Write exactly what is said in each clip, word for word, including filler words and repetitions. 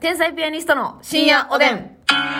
天才ピアニストの深夜おでん。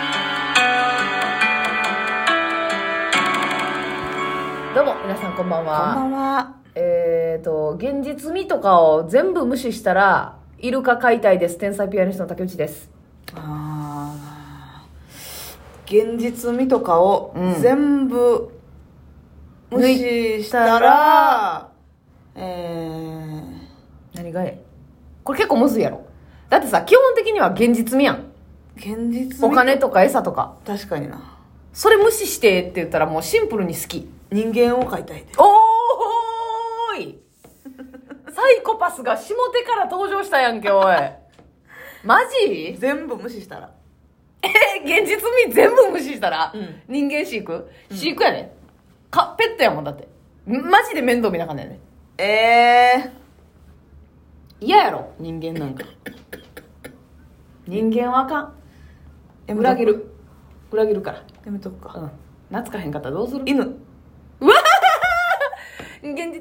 どうも皆さんこんばんは。 こんばんは。 えーと現実味とかを全部無視したらイルカ飼いたいです。天才ピアニストの竹内です。 あー、現実味とかをうん全部無視したら、え何がええこれ結構むずいやろ。だってさ、基本的には現実味やん。 ー、現実味お金とか餌とか。 確かにな。 それ無視してって言ったらもうシンプルに好き。 人間を飼いたいで。 おーいサイコパスが下手から登場したやんけ、おい。マジ全部無視したら。 え、現実味全部無視したら、 うん人間飼育飼育やね、か、ペットやもんだって。マジで面倒見なあかんねんね。 え嫌やろ、人間なんか。人間はあかん。 ー、 裏切る。裏切るから。 やめとくか。 うん。懐かへんかったらどうする？ 犬。 うわ現実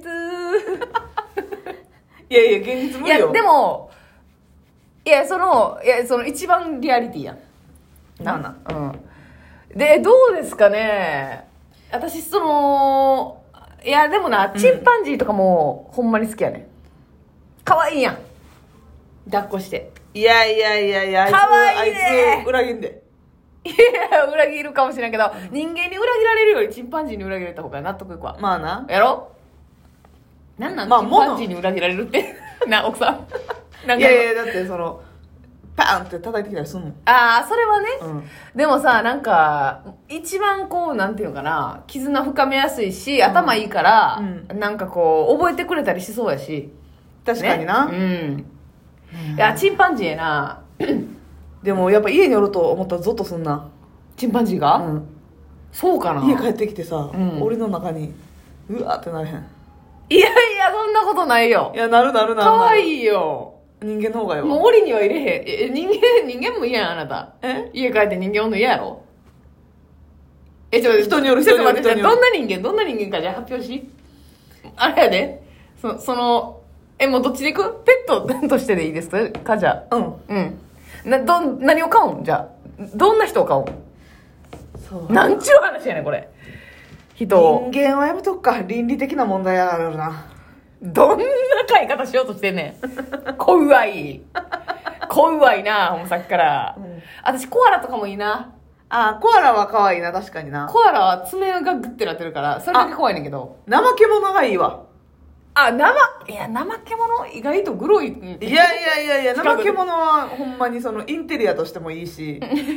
いやいや、現実無い理よ。 や、でも、いや、その、いや、その一番リアリティやん。 なあな。 うん。で、どうですかね。私、その、いや、でもな、チンパンジーとかも、ほんまに好きやね。可愛いやん。抱っこして。 いやいやいやいや、あいつ、 かわいいねあいつ裏切んで。 いや、裏切るかもしれんけど、人間に裏切られるよりチンパンジーに裏切られた方が納得いくわ。 まあな。 やろなんなん、 まあチンパンジーに裏切られるって。な、奥さん。なんかいやいや、だってその、パーンって叩いてきたりすんの。 ああ、それはね。 うん。 でもさ、なんか、一番こう、なんていうのかな、絆深めやすいし、頭いいから、 うなんかこう、覚えてくれたりしそうやし。 確かにな。 ね、うん。いや、チンパンジーやな。 でもやっぱ家におると思ったらゾッとすんな。 チンパンジーが、 うん。 そうかな。 家帰ってきてさ、 うん俺の中に、うわーってなれへん。 いやいや、そんなことないよい。や、なるなるなるなる。 かわいいよ。 人間の方がよ。 もう檻には入れへん。え、人間、人間も嫌やん、あなた。 え家帰って人間おんの嫌やろえ、ちょ、 人によるちょっと待って、 人によるどんな人間どんな人間かじゃあ発表し。あれやで。そ、その、え、もうどっちで行くペットとしてでいいですかじゃあ。 うん。 うん。な、どん、何を買うんじゃあ。どんな人を買うんそう。 なんちゅう話やねん、これ。人を。 人間はやめとくか。倫理的な問題あるな。 どんな買い方しようとしてんねん。怖い。怖いな、ほんまさっきから。 うん私、コアラとかもいいな。 あ、コアラは可愛いな、確かにな。 コアラは爪がグッてなってるから、それだけ怖いねんけど。 怠け者がいいわ。 あ、生、いや、怠け者意外とグロい。いいやいやいやいや、 近く怠け者はほんまにそのインテリアとしてもいいし、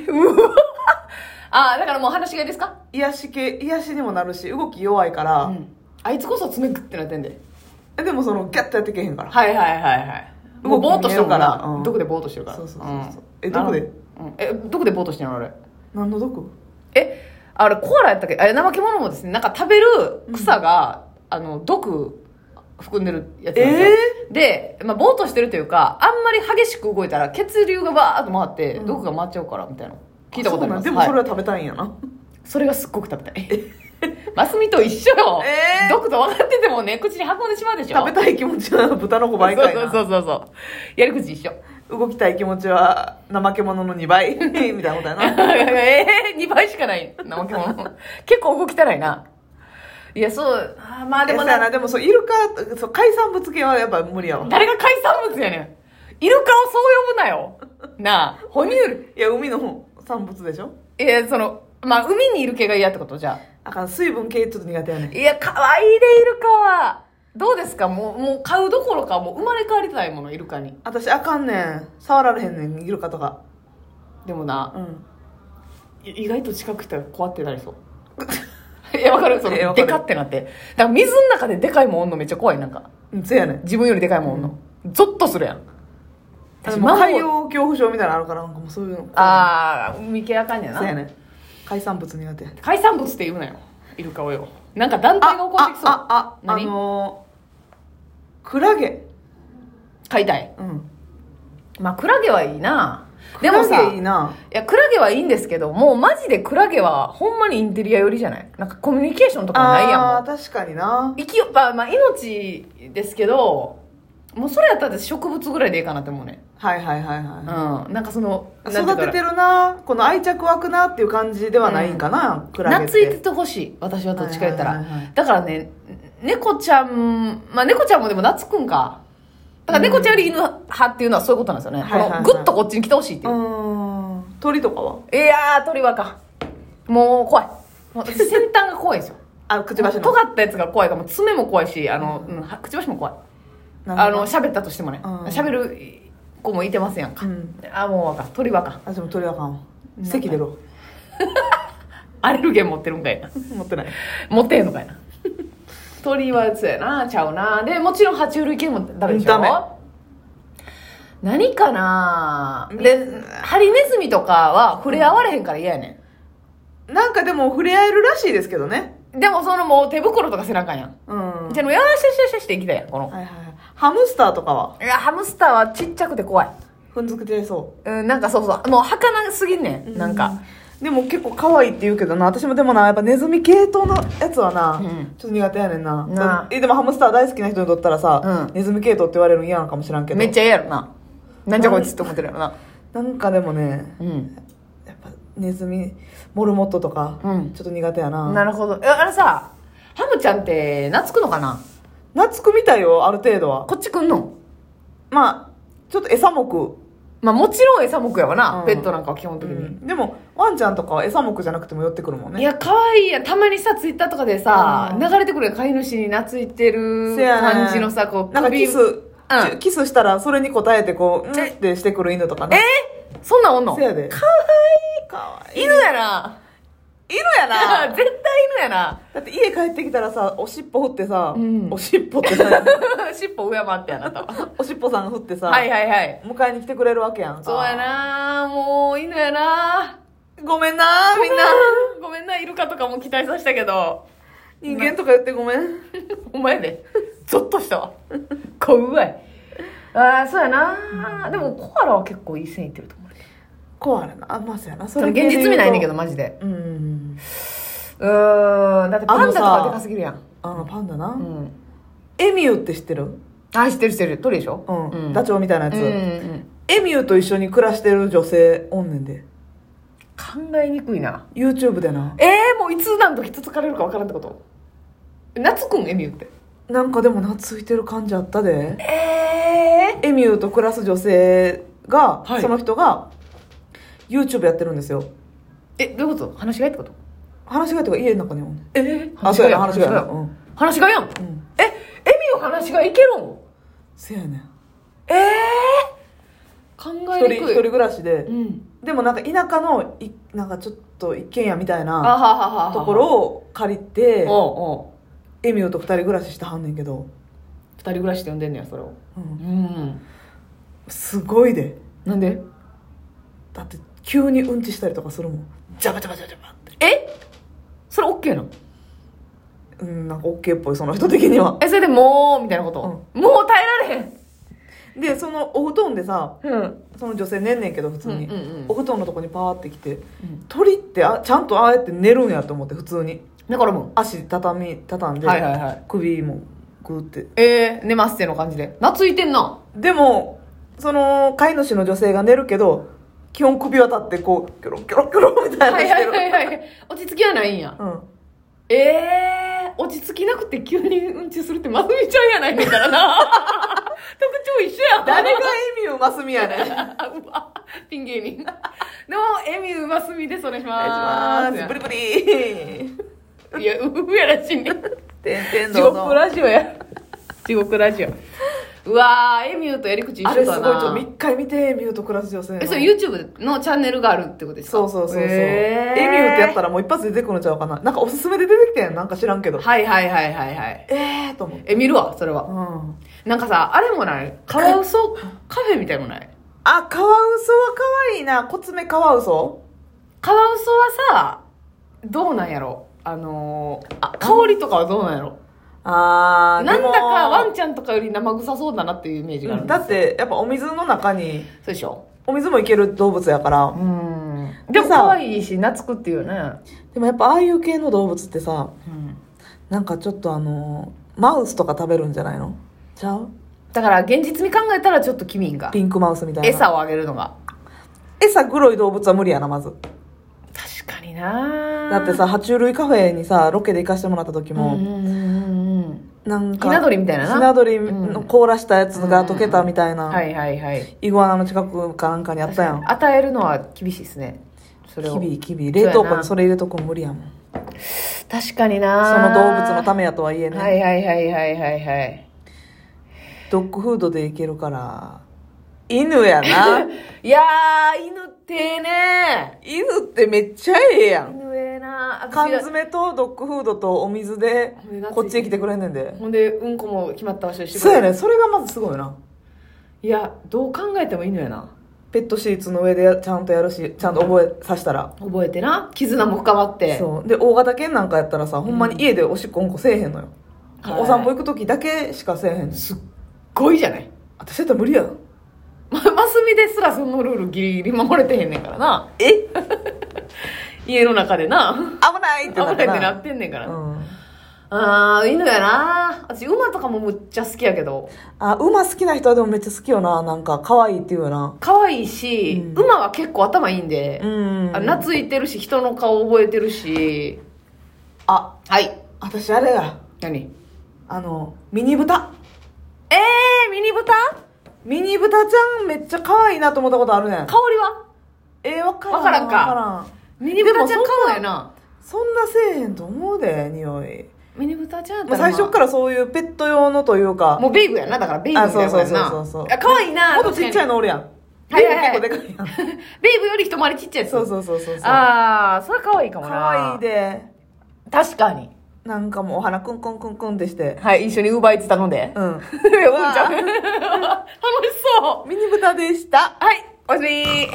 あ、だからもう話し飼いですか癒し系、癒しにもなるし、動き弱いから、 うん。あいつこそ爪グッてなってんで。 えでもそのギャッとやってけへんから。 はいはいはいはい。もうぼーっとしてるから。 うんどこでぼーっとしてるから。 そうそうそうそう。 んえ、どこでうんえ、どこでぼーっとしてるのあれ。 何の毒？ え、あれコアラやったっけあれ、怠け者もですね、なんか食べる草が、あの、毒含んでるやつなんですよ。で、まあ、ぼーっとしてるというか、あんまり激しく動いたら血流がバーっと回って、 うん毒が回っちゃうからみたいな。聞いたことあります。 そうなんでもそれはは食べたいんやな。 い、それがすっごく食べたい。マスミと一緒よ。 えー毒と分かっててもね、口に運んでしまうでしょ。 食べたい気持ちは豚の子倍かいな。 そうそうそうそう。やり口一緒。 動きたい気持ちは怠け者のにばいみたいなことやな。 ええー、にばいしかない。怠け者。結構動きたないな。いや、そう、あーまあでもな、 でもな、でもそう、イルカ、そう、海産物系はやっぱ無理やわ。 誰が海産物やねん。イルカをそう呼ぶなよ。なあ、哺乳類。 いや、海の産物でしょ。 いや、その、まあ、海にいる系が嫌ってことじゃあかん、水分系ちょっと苦手やねん。 あ。いや、可愛いで、イルカは。どうですかもう、もう買うどころか、もう生まれ変わりたいもの、イルカに。 私あかんねん。触られへんねん、イルカとか。 でもな、 うん。 い意外と近く来たら怖ってなりそう。いや、わかるその、 えわかるでかってなって。だから水の中ででかいもんおんのめっちゃ怖い、なんか。 うん、そうやねん。 自分よりでかいもんおんの。ゾッとするやん。 私もう海洋恐怖症みたいなのあるから、なんかもうそういうの。 あー、海系あかんねやな。 そうやねん。海産物苦手。 海産物って言うなよ。イルカをよ。なんか団体が起こってきそう。 あ、あ、あ、あ何のー、クラゲ。 飼いたい。 うん。 まあ、クラゲはいいな。でもさ、 クラゲいいな。 いや、クラゲはいいんですけど、もうマジでクラゲはほんまにインテリア寄りじゃないなんかコミュニケーションとかもないやんもああ、 う。 確かにな。 生きよ、まあ、まあ、命ですけど、もうそれやったら私植物ぐらいでいいかなって思うね。 はいはいはいはうん、なんかそのい、育ててるな、この愛着湧くなっていう感じではないんかな、クラゲって懐いててほしい、私はどっちか言ったら、 はいはいはいはいだからね、猫ちゃん、まあ猫ちゃんもでも懐くんか、だから猫ちゃんより犬派っていうのはそういうことなんですよね、 はいはいはいこのグッとこっちに来てほしいっていう、 うーん鳥とかはいやー鳥はかもう怖い、もう先端が怖いですよあくちばしの尖ったやつが怖いから、もう爪も怖いし、あの、うん、はくちばしも怖い、あの喋ったとしてもね、 うん喋る子もいてますやんか、 うんあもうわかん鳥はかん、 あでも鳥はあかんわ咳出ろアレルゲン持ってるんかいな持ってない持ってんのかいな鳥はそうやな、ちゃうな。でもちろん爬虫類系もダメでしょ、 ダメ何かな。でハリネズミとかは触れ合われへんから嫌やねなんかでも触れ合えるらしいですけどねん。でもそのもう手袋とかせなあかんやん、 うんじゃあもうやらしゃしゃしゃしていきたいやんこの、 はいはいはいハムスターとかはいやハムスターはちっちゃくて怖い、 踏んづけちゃいそううん、なんかそうそうもう儚すぎんねん、なんかでも結構可愛いって言うけどな私もでもなやっぱネズミ系統のやつはな、 うんちょっと苦手やねんななえでもハムスター大好きな人にとったらさ、 うんネズミ系統って言われるの嫌なのかもしらんけどめっちゃ嫌やろな、なんじゃこいつって思ってるやろな、 なんかでもねうんやっぱネズミモルモットとか、 うんちょっと苦手やななるほど。えあれさハムちゃんって懐くのかな、 懐くみたいよある程度はこっち来んの、 まあちょっと餌目、 まあもちろん餌目やわな、 うんペットなんかは基本的に、 うんでもワンちゃんとかは餌目じゃなくても寄ってくるもんねいや可愛いやん、たまにさツイッターとかでさ、 うん流れてくるやん飼い主に懐いてるせやね感じのさこうなんかキス、 うんキスしたらそれに応えてこううんってしてくる犬とかねえー、そんなんおんのせやでかわかわいいい犬やな犬やな絶対犬やなだって家帰ってきたらさおしっぽ振ってさ、 うんおしっぽってさ尻尾上回ってあなたはおしっぽさんが振ってさ、 はいはいはい迎えに来てくれるわけやんかそうやなもう犬やなごめんなみんなごめんなイルカとかも期待させたけど人間とか言ってごめんお前でゾッとしたわ怖いああそうやな、でもコアラは結構いい線いってると思うコアラなあまあそうやなそそれ現実味ないねんけどマジでうんうんうーんだってパンダとかでかすぎるやんあパンダな、 うんエミューって知ってるあ知ってる知ってる鳥でしょうん、ダチョウみたいなやつ、 うんうんうんエミューと一緒に暮らしてる女性おんねんで考えにくいな YouTube でなえー、もういつ何時つつかれるか分からんってこと懐くんエミューってなんかでも懐いてる感じあったでえエミューと暮らす女性が、 はいその人が YouTube やってるんですよー、えどういうこと話し飼いってこと話し飼いとか家の中におんねんえー、 あそうやな話し飼いやな話し飼いうん話し飼いやん、 うんえエミュー話し飼いいけるんせやねんええー、考一えにくい人一人暮らしで、 うんでもなんか田舎のいなんかちょっと一軒家みたいあなははははところを借りておうおうエミューと二人暮らししてはんねんけど、 二人暮らしって呼んでんねやそれをうんうんすごいでなんでだって急にうんちしたりとかするもんジャバジャバジャバジャバってえそれ OK なのうんなんか OK っぽいその人的にはえそれでもうみたいなこと、もう耐えられへんでそのお布団でさうんその女性寝んねんけど普通に、 うんうんうんお布団のとこにパーって来て、 ん鳥ってあちゃんとああやって寝るんやと思って普通にだからもう足畳み畳んで、 はいはいはい首もグーってえー、寝ますっての感じで懐いてんなでもその飼い主の女性が寝るけど基本首は立ってこうキョロキョロキョロみたいなはいはいしてる、 はいはい落ち着きはないんやうんええー、落ち着きなくて急にうんちするってまずみちゃんやないねんからな特徴一緒やん誰がエミューマスミやねんお願いしあうわピン芸人でもエミューマスミですお願いしまますブリブリすいやううやらしいねてんてん地どうぞ獄ラジオや地獄ラジオうわーエミューとやり口一あれす緒だなごいちょっと一回見てエミューと暮らす女性のえそれ YouTube のチャンネルがあるってことですかそうそうそうそう、 えーエミューってやったらもう一発で出てくるんちゃうかななんかおすすめで出てきてんなんか知らんけどはいはいはいはいはいええーと思ってえ見るわそれはうんなんかさあれもないカワウソカフェみたいのないあカワウソは可愛いなコツメカワウソカワウソはさどうなんやろあのー、あ香りとかはどうなんやろあーなんだかワンちちゃんとかより生臭そうだなっていうイメージがあるんですだってやっぱお水の中にそうでしょお水もいける動物やからうんでもでさ可愛いし懐くっていうねでもやっぱああいう系の動物ってさうんなんかちょっとあのマウスとか食べるんじゃないのちゃうだから現実に考えたらちょっと機敏がピンクマウスみたいな。 餌をあげるのが餌黒い動物は無理やな、まず。 確かにな。 だってさ、爬虫類カフェにさ、ロケで行かしてもらった時も、 うんうんうんうんなんか、 ひな鳥みたいななひな鳥の凍らしたやつが溶けたみたいな、 はいはいはい。 イグアナの近くかなんかにあったやん。 与えるのは厳しいですね。それをキビキビ。冷凍庫にそれ入れとくの無理やもん。 確かにそな。 の動物のためやとはいえね。 はいはいはいはいはいはいドッグフードでいけるから、犬やな。 いやー犬ってええね。 犬ってめっちゃええやん。 犬ええな。 缶私が詰とドッグフードとお水でこっちへ来てくれんねんで。 ほんでうんこも決まった場所にしてくそうれる。 やね、それがまずすごいな。 いやどう考えても犬やな。 ペットシーツの上でやちゃんとやるし、ちゃんと覚えさせたら。 覚えてな。絆も深まって。 そう。で、大型犬なんかやったらさ、ほんまに家でおしっこうんこせえへんのよ。 はいお散歩行く時だけしかせえへんねん。 すっごいじゃない。 私やったら無理やん。 まマスミですらそのルールギリギリ守れてへんねんからな。 え家の中でな。 危ないってなってな。 危ないってなってんねんから。 うん。 あー、犬やな。私、馬とかもむっちゃ好きやけど。 あ、馬好きな人はでもめっちゃ好きよな。なんか、可愛いっていうよな。 可愛いし、 うん馬は結構頭いいんで、 うん。 あ懐いてるし、人の顔覚えてるし。 あ、 はい。 私あれや。 何あの、ミニ豚。 えー、ミニ豚ミニ豚ちゃんめっちゃ可愛いなと思ったことあるねん。 香りはえー、わからん。 わからんかわからん。 ミニ豚ちゃん可愛いな。 そんなせえへんと思うで、匂い。 ミニ豚ちゃんやっまあ、 たら、 最初からそういうペット用のというか。 もうベイブやな。だからベイブみたいなことやな。 あそうそうそうそうそうあ可愛いな。 もっとちっちゃいのおるやん。 はいはいはい結構でかいやん。 ベイブより一回りちっちゃいやつ。 そうそうそうそうそう。 あー、それ可愛いかもな。 可愛いで。 確かに。 なんかもうお花クンクンクンクンってして。 はい、一緒にウーバーイーツ頼んで。 うん。 うんちゃん。楽しそう。 ミニ豚でした。 はい、おやすみ。